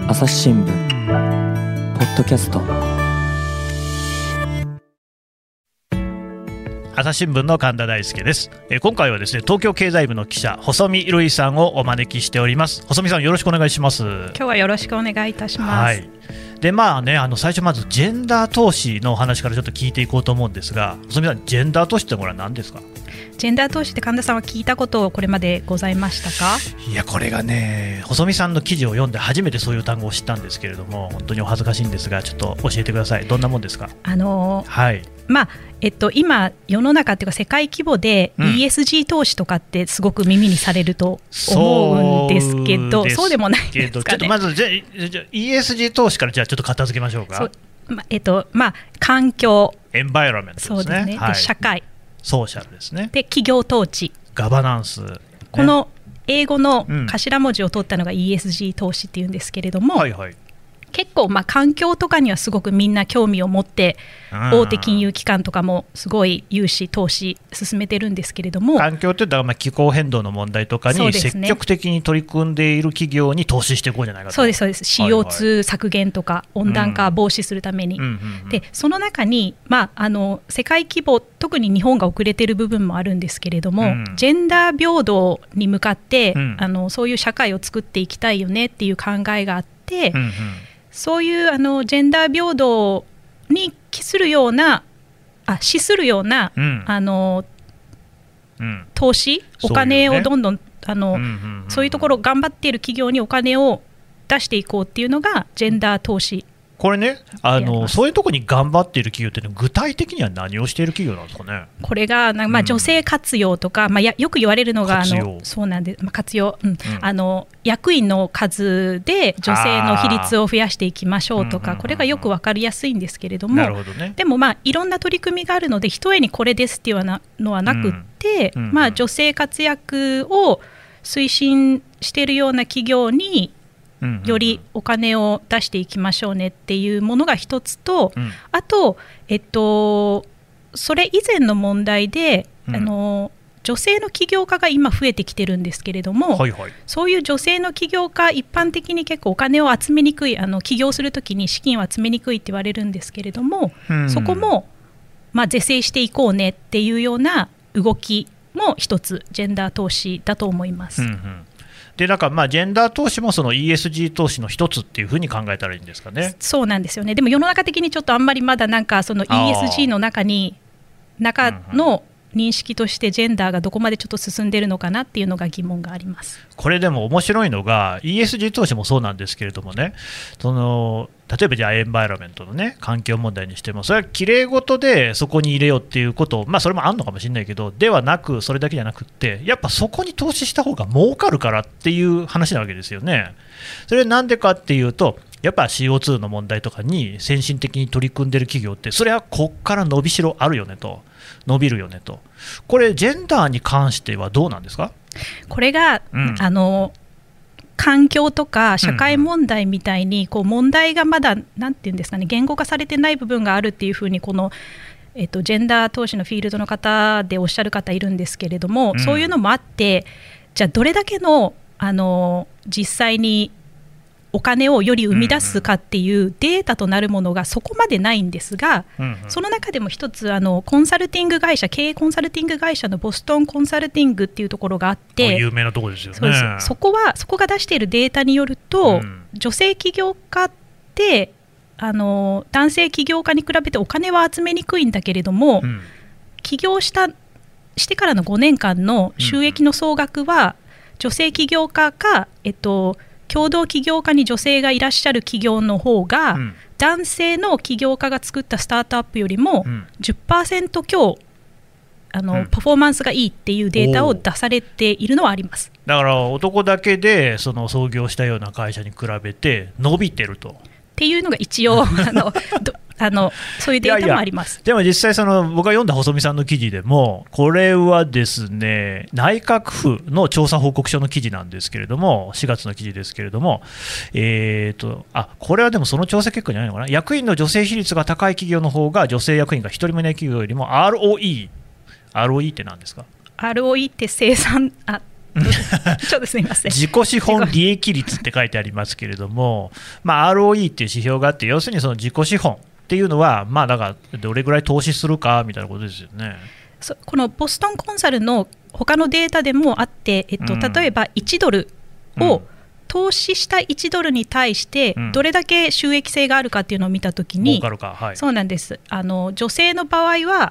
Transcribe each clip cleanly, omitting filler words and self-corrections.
朝日新聞ポッドキャスト。 朝日新聞の神田大輔です。今回はですね、東京経済部の記者細見瑠衣さんをお招きしております。細見さん、よろしくお願いします。 今日はよろしくお願いいたします。 はい。で最初まずジェンダー投資のお話からちょっと聞いていこうと思うんですが、細見さん、ジェンダー投資ってこれは何ですか？ ジェンダー投資って神田さんは聞いたことこれまでございましたか？ いや、これがね、細見さんの記事を読んで初めてそういう単語を知ったんですけれども、本当にお恥ずかしいんですが、ちょっと教えてください。どんなもんですか？はい。 今世の中っていうか世界規模で ESG 投資とかってすごく耳にされると思うんですけど、そうでもないですかね。 ちょっとまずじゃ ESG 投資からじゃあちょっと片付けましょうか。 環境、 エンバイロメントですね。 そうですね。 はい、 で社会、 ソーシャルですね。 で企業統治、 ガバナンス、ね、 この英語の頭文字を取ったのが ESG 投資っていうんですけれども、 はいはい、 結構環境とかにはすごくみんな興味を持って、大手金融機関とかもすごい融資投資進めてるんですけれども、 環境って言ったら気候変動の問題とかに積極的に取り組んでいる企業に投資していこうじゃないかと。 そうですそうです。 CO2 削減とか温暖化防止するために、でその中に、世界規模、特に日本が遅れている部分もあるんですけれども、ジェンダー平等に向かって、そういう社会を作っていきたいよねっていう考えがあって、そういうジェンダー平等に資するような、投資、お金をどんどんそういうところ頑張っている企業にお金を出していこうっていうのがジェンダー投資。 これね、そういうところに頑張っている企業っていうのは具体的には何をしている企業なんですかね。 これが女性活用とか、よく言われるのがそうなんで、活用、役員の数で女性の比率を増やしていきましょうとか、これがよく分かりやすいんですけれども、 なるほどね。 でもいろんな取り組みがあるので一重にこれですっていうのはなくって、女性活躍を推進しているような企業によりお金を出していきましょうねっていうものが一つと、あと、それ以前の問題で、女性の起業家が今増えてきてるんですけれども、そういう女性の起業家、一般的に結構お金を集めにくい、起業するときに資金を集めにくいって言われるんですけれども、そこも、是正していこうねっていうような動きも一つジェンダー投資だと思います。 でジェンダー投資もその ESG 投資の一つっていうふうに考えたらいいんですかね。 そうなんですよね。でも世の中的にちょっとあんまりまだその ESG の中の認識としてジェンダーがどこまでちょっと進んでいるのかなっていうのが疑問があります。 これでも面白いのが ESG 投資もそうなんですけれどもね、例えばじゃあエンバイロメントのね、環境問題にしてもそれはきれい事でそこに入れようっていうことを、それもあるのかもしれないけど、ではなく、それだけじゃなくってやっぱそこに投資した方が儲かるからっていう話なわけですよね。それなんでかっていうと、やっぱ CO2 の問題とかに先進的に取り組んでる企業ってそれはこっから伸びしろあるよねと、伸びるよねと。これジェンダーに関してはどうなんですか？ これが、環境とか社会問題みたいに問題がまだなんていうんですかね、言語化されてない部分があるっていうふうにジェンダー投資のフィールドの方でおっしゃる方いるんですけれども、そういうのもあって、じゃあどれだけの、実際にお金をより生み出すかっていうデータとなるものがそこまでないんですが、その中でも一つコンサルティング会社、経営コンサルティング会社のボストンコンサルティングっていうところがあって、 有名なところですよね。 そうです。そこが出しているデータによると、女性起業家って男性起業家に比べてお金は集めにくいんだけれども、起業してからの5年間の収益の総額は、女性起業家か、共同起業家に女性がいらっしゃる企業の方が、男性の起業家が作ったスタートアップよりも 10% 強パフォーマンスがいいっていうデータを出されているのはあります。 だから男だけで創業したような会社に比べて伸びてるとっていうのが一応そういうデータもあります。 でも実際僕が読んだ細見さんの記事でも、これはですね、内閣府の調査報告書の記事なんですけれども、4月の記事ですけれども、これはでもその調査結果じゃないのかな。役員の女性比率が高い企業の方が女性役員が1人もいない企業よりも ROE って何ですか？ ROE って生産ちょっとすみません。 自己資本利益率って書いてありますけれども、ROE っていう指標があって、要するにその自己資本っていうのは、だからどれぐらい投資するかみたいなことですよね。 このボストンコンサルの他のデータでもあって、例えば1ドルを投資した1ドルに対してどれだけ収益性があるかっていうのを見たときに、 儲かるか、はい、 そうなんです。女性の場合は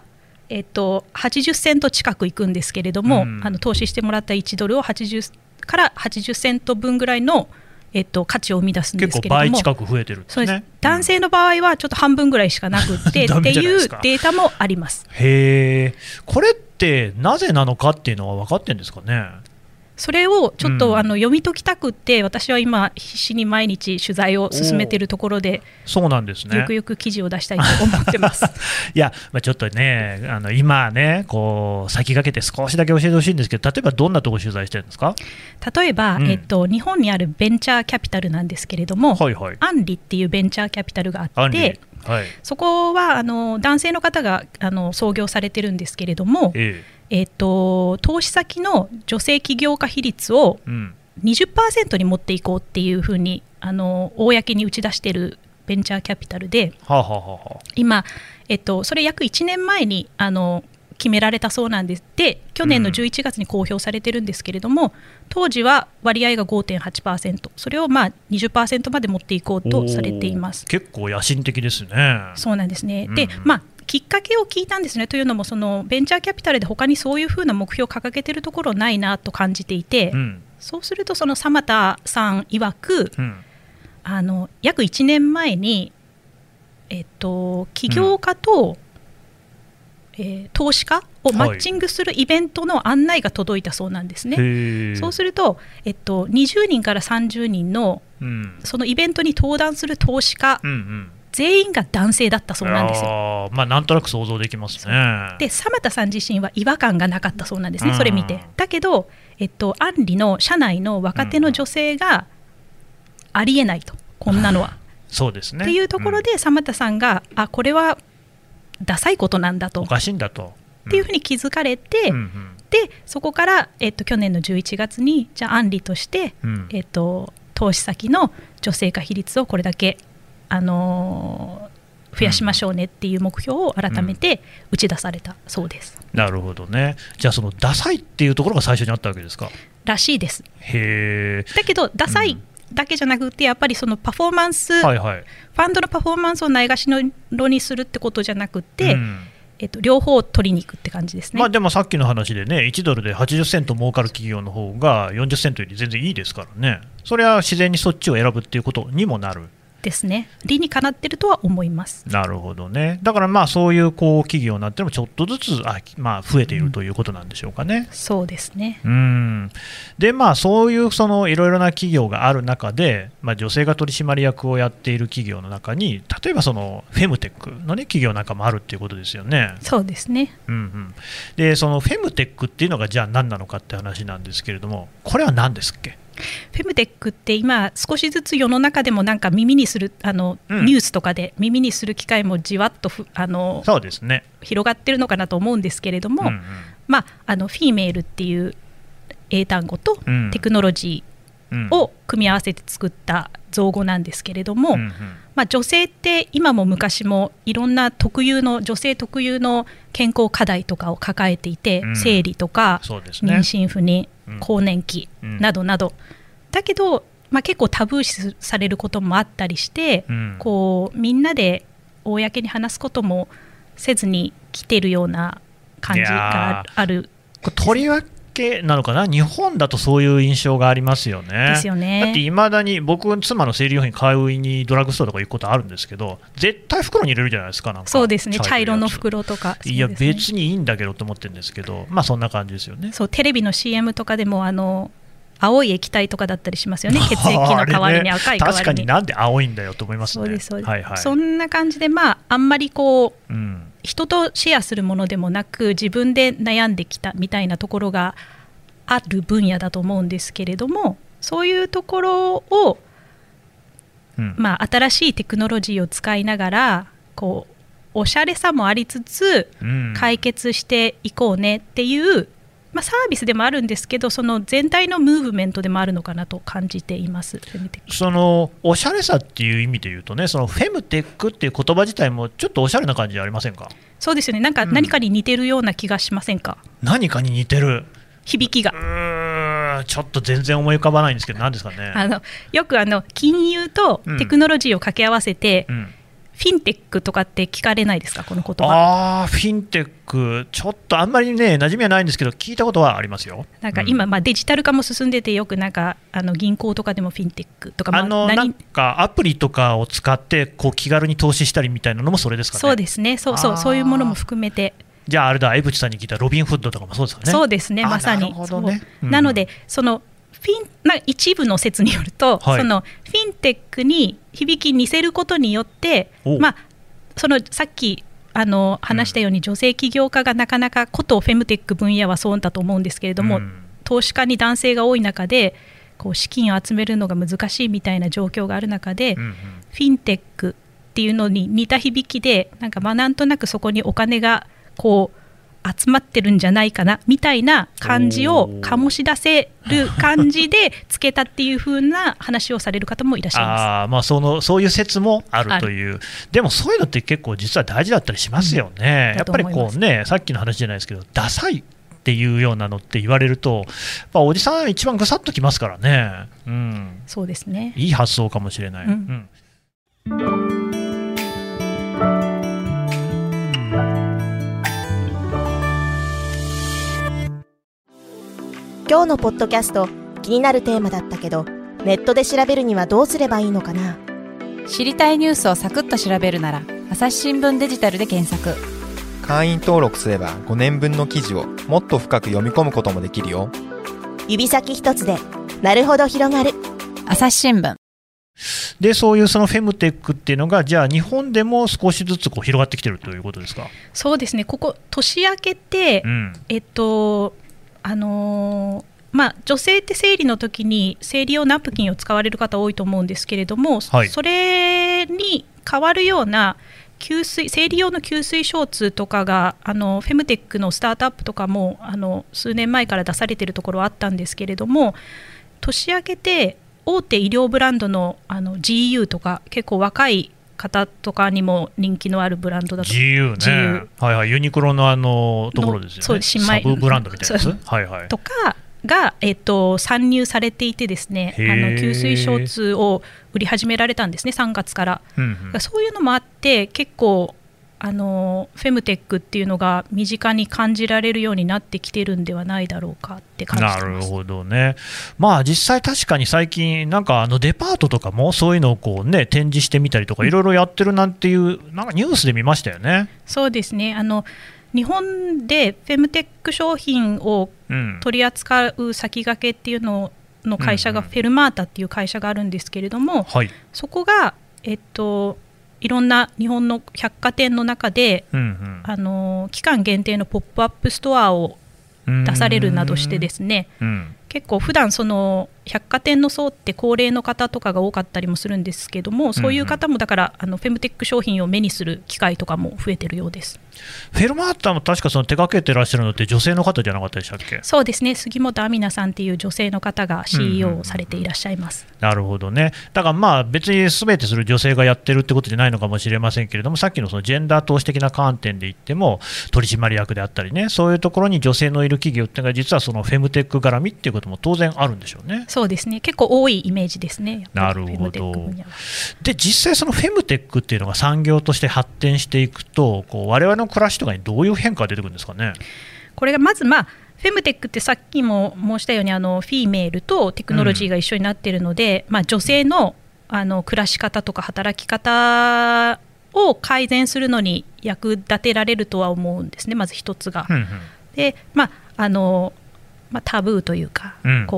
80セント近くいくんですけれども、投資してもらった1ドルを80から80セント分ぐらいの、価値を生み出すんですけれども、 結構倍近く増えてるんですね。 男性の場合はちょっと半分ぐらいしかなくってっていうデータもあります。 へー、これってなぜなのかっていうのは分かってるんですかね。 それをちょっと読み解きたくって、私は今必死に毎日取材を進めているところで、 そうなんですね。 よくよく記事を出したいと思ってますいや、ちょっとね、今ね、こう先駆けて少しだけ教えてほしいんですけど、例えばどんなところ取材してるんですか。 例えば、日本にあるベンチャーキャピタルなんですけれども、 はいはい、 アンリっていうベンチャーキャピタルがあって、はい、そこは男性の方が創業されてるんですけれども、投資先の女性起業家比率を 20% に持っていこうっていうふうに公に打ち出しているベンチャーキャピタルで、今、それ約1年前に決められたそうなんです。で、去年の11月に公表されてるんですけれども、当時は割合が 5.8%、 それを20% まで持っていこうとされています。 結構野心的ですね。 そうなんですね。で、きっかけを聞いたんですね。というのも、そのベンチャーキャピタルで他にそういうふうな目標を掲げているところないなと感じていて、そうするとそのサマタさん曰く、約1年前に、起業家と、投資家をマッチングするイベントの案内が届いたそうなんですね。そうすると、20人から30人の、そのイベントに登壇する投資家、全員が男性だったそうなんですよ。 なんとなく想像できますね。 で、サマタさん自身は違和感がなかったそうなんですね、それ見て。だけど、アンリの社内の若手の女性がありえないと、こんなのはそうですね。 っていうところで、サマタさんがこれはダサいことなんだと、 おかしいんだと、 っていうふうに気づかれて、でそこから、去年の11月にじゃあアンリとして、投資先の女性化比率をこれだけ増やしましょうねっていう目標を改めて打ち出されたそうです。 なるほどね。じゃあそのダサいっていうところが最初にあったわけですか。 らしいです。 へー。 だけどダサいだけじゃなくて、やっぱりそのパフォーマンス、ファンドのパフォーマンスをないがしろにするってことじゃなくて、両方取りに行くって感じですね。 でもさっきの話でね、1ドルで80セント儲かる企業の方が40セントより全然いいですからね。それは自然にそっちを選ぶっていうことにもなるですね。理にかなってるとは思います。 なるほどね。だからそういう企業になってもちょっとずつ増えているということなんでしょうかね。 そうですね。 でそういういろいろな企業がある中で、女性が取締役をやっている企業の中に、例えばフェムテックの、企業なんかもあるっていうことですよね。 そうですね。 でそのフェムテックっていうのがじゃあ何なのかって話なんですけれども、これは何ですっけ。 フェムテックって今少しずつ世の中でもなんか耳にするニュースとかで耳にする機会もじわっとそうですね、 広がってるのかなと思うんですけれども、フィメールっていう英単語とテクノロジーを組み合わせて作った造語なんですけれども、女性って今も昔もいろんな女性特有の健康課題とかを抱えていて、生理とか妊娠不妊、更年期などなど、だけど、結構タブー視されることもあったりして、みんなで公に話すこともせずに来てるような感じがある。 とりわけなのかな。日本だとそういう印象がありますよね。 ですよね。 だっていまだに僕、妻の生理用品買いにドラッグストアとか行くことあるんですけど、絶対袋に入れるじゃないですか。 そうですね。茶色の袋とか、 いや別にいいんだけどと思ってるんですけど、そんな感じですよね。 そう、テレビの CM とかでも青い液体とかだったりしますよね。血液の代わりに赤い代わりに。 確かになんで青いんだよと思いますね。 そうです、そうです。そんな感じで、あんまり人とシェアするものでもなく、自分で悩んできたみたいなところがある分野だと思うんですけれども、そういうところを、新しいテクノロジーを使いながらおしゃれさもありつつ解決していこうねっていう、 サービスでもあるんですけど、その全体のムーブメントでもあるのかなと感じています。 そのおしゃれさっていう意味で言うとね、そのフェムテックっていう言葉自体もちょっとおしゃれな感じありませんか？ そうですよね。なんか何かに似てるような気がしませんか？ 何かに似てる響きがちょっと全然思い浮かばないんですけど、何ですかね。 よく金融とテクノロジーを掛け合わせて、フィンテックとかって聞かれないですか、この言葉。 フィンテック、ちょっとあんまりね、馴染みはないんですけど、聞いたことはありますよ。 なんか今、デジタル化も進んでて、よくなんか銀行とかでもフィンテックとか、 なんかアプリとかを使ってこう気軽に投資したりみたいなのもそれですかね。 そうですね、そういうものも含めて。 じゃああれだ、江渕さんに聞いたロビンフッドとかもそうですかね。 そうですね、まさに。 なるほどね。 なのでその一部の説によると、そのフィンテックに響き似せることによって、そのさっき話したように、女性起業家がなかなかことフェムテック分野はそうだと思うんですけれども、投資家に男性が多い中でこう資金を集めるのが難しいみたいな状況がある中で、フィンテックっていうのに似た響きで、なんとなくそこにお金がこう集まってるんじゃないかなみたいな感じを醸し出せる感じでつけたっていう風な話をされる方もいらっしゃいます。 そういう説もあるという。でもそういうのって結構実は大事だったりしますよね。やっぱりこうね、さっきの話じゃないですけど、ダサいっていうようなのって言われると、おじさん一番ぐさっときますからね。 そうですね。 いい発想かもしれない。 今日のポッドキャスト、気になるテーマだったけど、ネットで調べるにはどうすればいいのかな。 知りたいニュースをサクッと調べるなら、朝日新聞デジタルで検索。 会員登録すれば5年分の記事をもっと深く読み込むこともできるよ。 指先一つでなるほど広がる。 朝日新聞で、そういうそのフェムテックっていうのが、じゃあ日本でも少しずつこう広がってきてるということですか？ そうですね。ここ年明けて、女性って生理の時に生理用ナプキンを使われる方多いと思うんですけれども、それに代わるような生理用の吸水ショーツとかがフェムテックのスタートアップとかも数年前から出されているところあったんですけれども、年明けて大手医療ブランドのGU とか、結構若い方とかにも人気のあるブランドだと。 GU ね、ユニクロのところですよね。 そうサブブランドみたいなやつ、 とかが、参入されていてですね、吸水ショーツを売り始められたんですね、3月から、そういうのもあって結構フェムテックっていうのが身近に感じられるようになってきてるんではないだろうかって感じてます。 なるほどね。実際確かに最近なんかデパートとかもそういうのをこう、ね、展示してみたりとかいろいろやってるなんていうなんかニュースで見ましたよね。 そうですね。日本でフェムテック商品を取り扱う先駆けっていうの会社がフェルマータっていう会社があるんですけれども、そこがいろんな日本の百貨店の中で、期間限定のポップアップストアを出されるなどしてですね、結構普段その百貨店の層って高齢の方とかが多かったりもするんですけども、そういう方もだからフェムテック商品を目にする機会とかも増えてるようです。 フェルマータも確かその手掛けてらっしゃるのって女性の方じゃなかったでしたっけ？ そうですね、杉本亜美奈さんっていう女性の方が CEO をされていらっしゃいます。 なるほどね。だから別に全てそれ女性がやってるってことじゃないのかもしれませんけれども、さっきのそのジェンダー投資的な観点で言っても取締役であったりね、そういうところに女性のいる企業っていうのが実はそのフェムテック絡みっていうことも当然あるんでしょうね。 そうですね、結構多いイメージですね。 なるほど。で実際そのフェムテックっていうのが産業として発展していくと、我々の暮らしとかにどういう変化が出てくるんですかね？ これがまずフェムテックってさっきも申したようにフィーメールとテクノロジーが一緒になっているので、女性の暮らし方とか働き方を改善するのに役立てられるとは思うんですね、まず一つが。でタブーというか、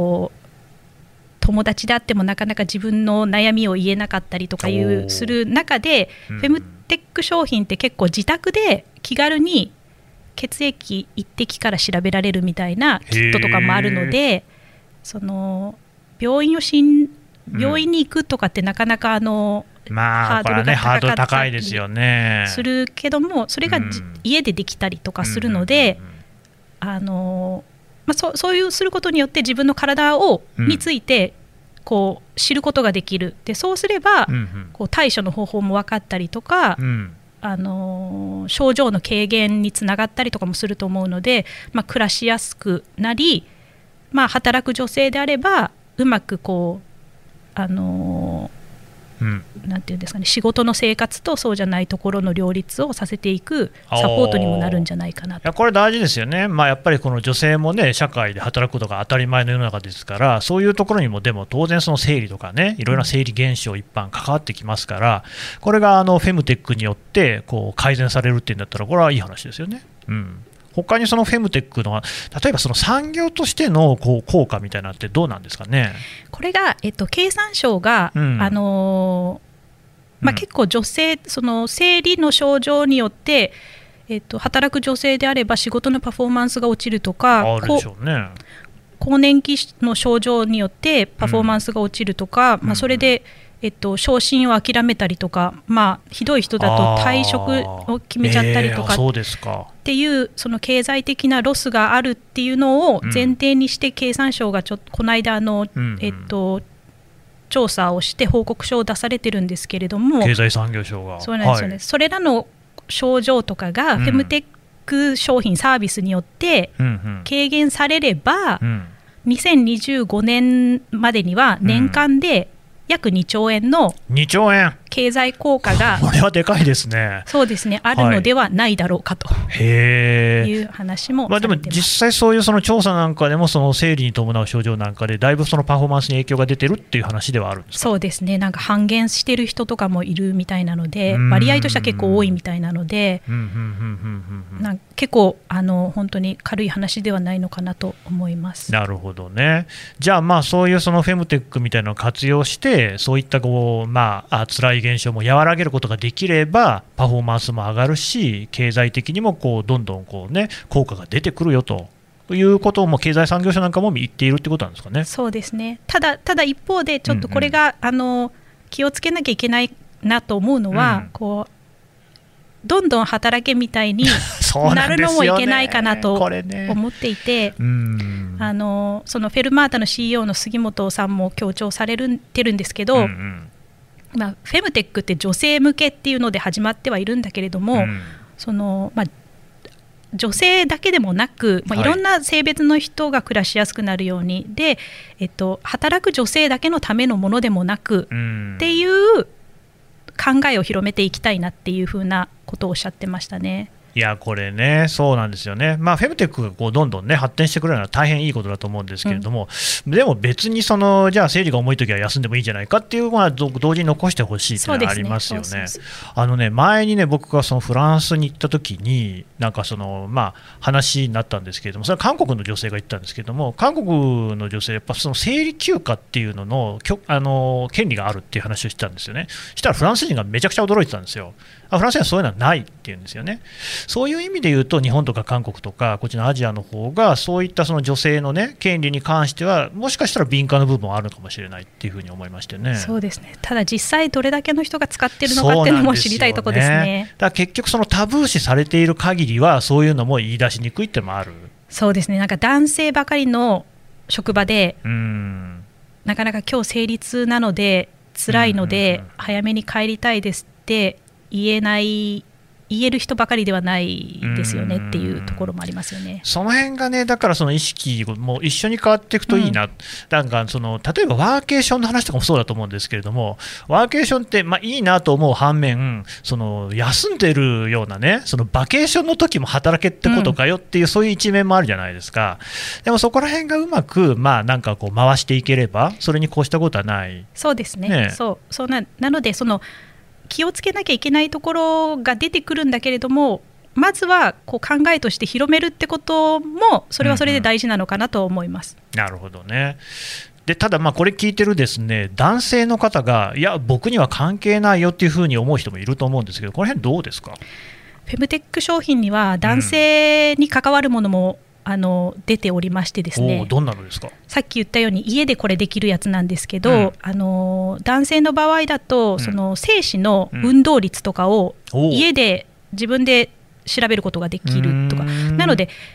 友達であってもなかなか自分の悩みを言えなかったりとかする中で、フェムテック商品って結構自宅で気軽に血液一滴から調べられるみたいなキットとかもあるので、その病院に行くとかってなかなかハードルが高かったりするけども、それが家でできたりとかするので、 そういうすることによって自分の体についてこう知ることができる。でそうすれば、こう対処の方法も分かったりとか、症状の軽減につながったりとかもすると思うので、暮らしやすくなり、働く女性であればうまくこうなんていうんですかね、仕事の生活とそうじゃないところの両立をさせていくサポートにもなるんじゃないかなと。 いやこれ大事ですよね。やっぱりこの女性もね社会で働くことが当たり前の世の中ですから、そういうところにもでも当然その生理とかねいろいろな生理現象一般関わってきますから、これがフェムテックによってこう改善されるっていうんだったらこれはいい話ですよね。他にそのフェムテックの例えばその産業としてのこう効果みたいなのってどうなんですかね。 これが、経産省が、結構女性その生理の症状によって、働く女性であれば仕事のパフォーマンスが落ちるとか、 あるでしょうね。 更年期の症状によってパフォーマンスが落ちるとか、それで昇進を諦めたりとか、ひどい人だと退職を決めちゃったりとかっていうその経済的なロスがあるっていうのを前提にして経産省がこの間調査をして報告書を出されてるんですけれども、 経済産業省がそうなんですよね、それらの症状とかがフェムテック商品サービスによって軽減されれば、2025年までには年間で約2兆円の経済効果が、 これはでかいですね。 そうですね、あるのではないだろうかという話もされてます。 でも実際そういうその調査なんかでもその生理に伴う症状なんかでだいぶそのパフォーマンスに影響が出てるっていう話ではあるんですか。 そうですね、なんか半減してる人とかもいるみたいなので、割合としては結構多いみたいなので、結構本当に軽い話ではないのかなと思います。 なるほどね。じゃあそういうそのフェムテックみたいなのを活用してそういったこう辛い現象も和らげることができればパフォーマンスも上がるし、経済的にもこうどんどんこうね効果が出てくるよということも経済産業省なんかも言っているってことなんですかね。 そうですね。ただ一方でちょっとこれが、気をつけなきゃいけないなと思うのは、こうどんどん働けみたいになるのもいけないかなと思っていて、そのフェルマータの CEO の杉本さんも強調されてるんですけど、フェムテックって女性向けっていうので始まってはいるんだけれども、女性だけでもなく、いろんな性別の人が暮らしやすくなるようにで、働く女性だけのためのものでもなくっていう考えを広めていきたいなっていうふうなことをおっしゃってましたね。 いやこれねそうなんですよね。フェムテックがこうどんどんね発展してくれるのは大変いいことだと思うんですけれども、でも別にじゃあ生理が重いときは休んでもいいんじゃないかっていうのは同時に残してほしいというのがありますよね。前にね僕がそのフランスに行ったときになんか話になったんですけれども、それは韓国の女性が言ったんですけれども、韓国の女性やっぱその生理休暇っていうのの権利があるっていう話をしてたんですよね。したらフランス人がめちゃくちゃ驚いてたんですよ。フランスにはそういうのはないっていうんですよね。そういう意味で言うと日本とか韓国とかこっちのアジアの方がそういったその女性のね権利に関してはもしかしたら敏感な部分はあるのかもしれないっていうふうに思いましてね。 そうですね。ただ実際どれだけの人が使ってるのかっていうのも知りたいところですね。 だから結局そのタブー視されている限りはそういうのも言い出しにくいってのもある。 そうですね。なんか男性ばかりの職場でなかなか今日生理痛なので辛いので早めに帰りたいですって言える人ばかりではないですよねっていうところもありますよね。 その辺がね、だからその意識も一緒に変わっていくといいな、なんか例えばワーケーションの話とかもそうだと思うんですけれども、ワーケーションっていいなと思う反面、休んでるようなね、バケーションの時も働けってことかよっていう、そういう一面もあるじゃないですか。でもそこら辺がうまくなんかこう回していければ、それに越したことはない。 そうですね。そうなので気をつけなきゃいけないところが出てくるんだけれども、まずはこう考えとして広めるってこともそれはそれで大事なのかなと思います。 なるほどね。でただこれ聞いてるですね男性の方がいや僕には関係ないよっていうふうに思う人もいると思うんですけど、この辺どうですか。 フェムテック商品には男性に関わるものも出ておりましてですね。 どんなのですか。 さっき言ったように家でこれできるやつなんですけど、男性の場合だと精子の運動率とかを家で自分で調べることができるとか、なので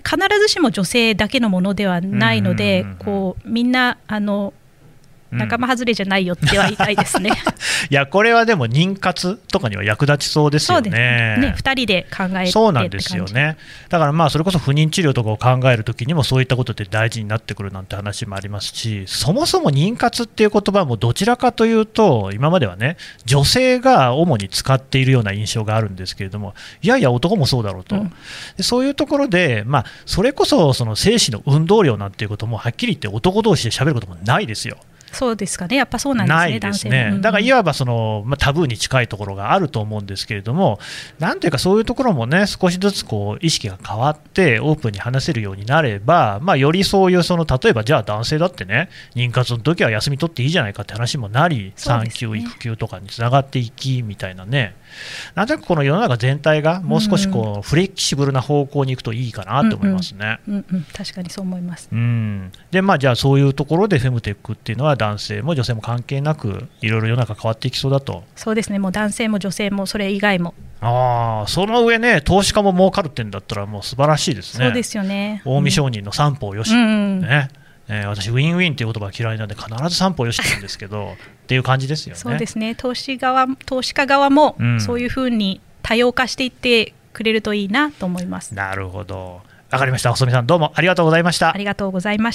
必ずしも女性だけのものではないので、こうみんな仲間外れじゃないよっては言いたいですね。 いやこれはでも妊活とかには役立ちそうですよね。 そうですね、2人で考えてそうなんですよね。だからまあそれこそ不妊治療とかを考えるときにもそういったことって大事になってくるなんて話もありますし、そもそも妊活っていう言葉もどちらかというと今まではね女性が主に使っているような印象があるんですけれども、いやいや男もそうだろうと、でそういうところで、まあ、それこそその精子の運動量なんていうこともはっきり言って男同士で喋ることもないですよ。 そうですかね、やっぱそうなんですね、 ないですね。だからいわばその、タブーに近いところがあると思うんですけれども、なんていうかそういうところもね少しずつこう意識が変わってオープンに話せるようになれば、よりそういう例えばじゃあ男性だってね妊活の時は休み取っていいじゃないかって話もなり、産休育休とかにつながっていきみたいなね、なんとなくこの世の中全体がもう少しこうフレキシブルな方向に行くといいかなと思いますね。 確かにそう思います。 でじゃあそういうところでフェムテックっていうのは男性も女性も関係なくいろいろ世の中変わっていきそうだと。 そうですね、もう男性も女性もそれ以外も。 その上ね投資家も儲かるってんだったらもう素晴らしいですね。 そうですよね。 近江商人の三方よし、ね、私ウィンウィンっていう言葉が嫌いなんで必ず三方よしって言うんですけどっていう感じですよね。 そうですね、投資家側もそういうふうに多様化していってくれるといいなと思います。 なるほど、わかりました。細見さんどうもありがとうございました。 ありがとうございました。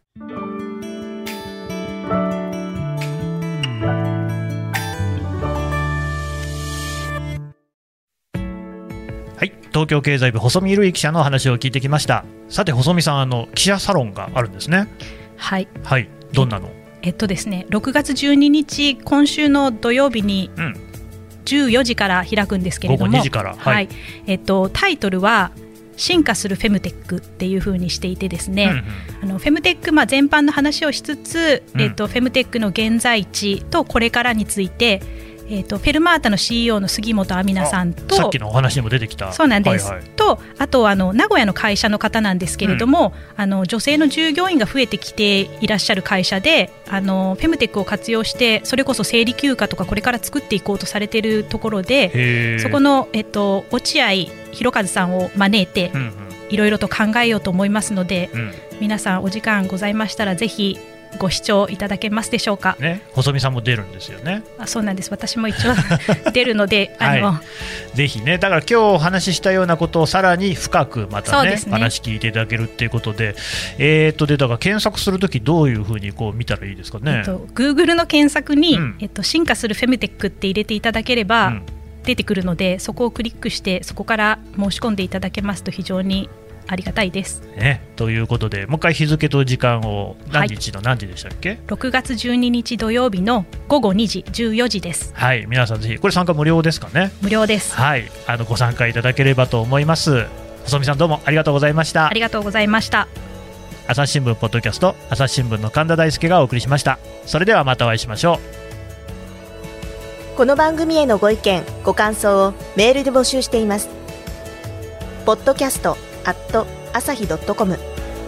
はい、東京経済部細見瑠衣記者の話を聞いてきました。さて細見さん記者サロンがあるんですね。 はい、 はい、どんなの？ ですね、6月12日今週の土曜日に14時から開くんですけれども、 午後2時から、 はい、タイトルは進化するフェムテックっていう風にしていてですね、フェムテック、全般の話をしつつ、フェムテックの現在地とこれからについて、フェルマータの CEO の杉本亜美奈さんと、 さっきのお話にも出てきた、 そうなんです、とあと名古屋の会社の方なんですけれども、女性の従業員が増えてきていらっしゃる会社でフェムテックを活用してそれこそ生理休暇とかこれから作っていこうとされているところで、そこの、落合博和さんを招いていろいろと考えようと思いますので、皆さんお時間ございましたらぜひご視聴いただけますでしょうか。 細見さんも出るんですよね。 そうなんです、私も一応出るのでぜひね、だから今日お話ししたようなことをさらに深くまたね話聞いていただけるっていうことで、でだから検索するときどういうふうに見たらいいですかね。 Google の検索に、進化するフェムテックって入れていただければ、出てくるので、そこをクリックしてそこから申し込んでいただけますと非常にありがたいです、 ということでもう一回日付と時間を何日の何時でしたっけ。 6月12日土曜日の午後2時14時です。 はい、皆さんぜひこれ参加無料ですかね。 無料です。 はい、ご参加いただければと思います。細見さんどうもありがとうございました。 ありがとうございました。 朝日新聞ポッドキャスト、朝日新聞の神田大輔がお送りしました。それではまたお会いしましょう。この番組へのご意見ご感想をメールで募集しています。ポッドキャスト朝日.com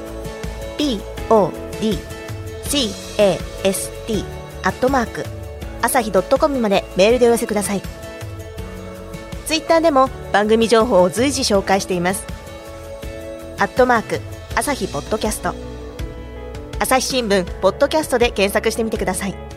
podcast 朝日.com までメールでお寄せください。ツイッターでも番組情報を随時紹介しています。朝日ポッドキャスト、朝日新聞ポッドキャストで検索してみてください。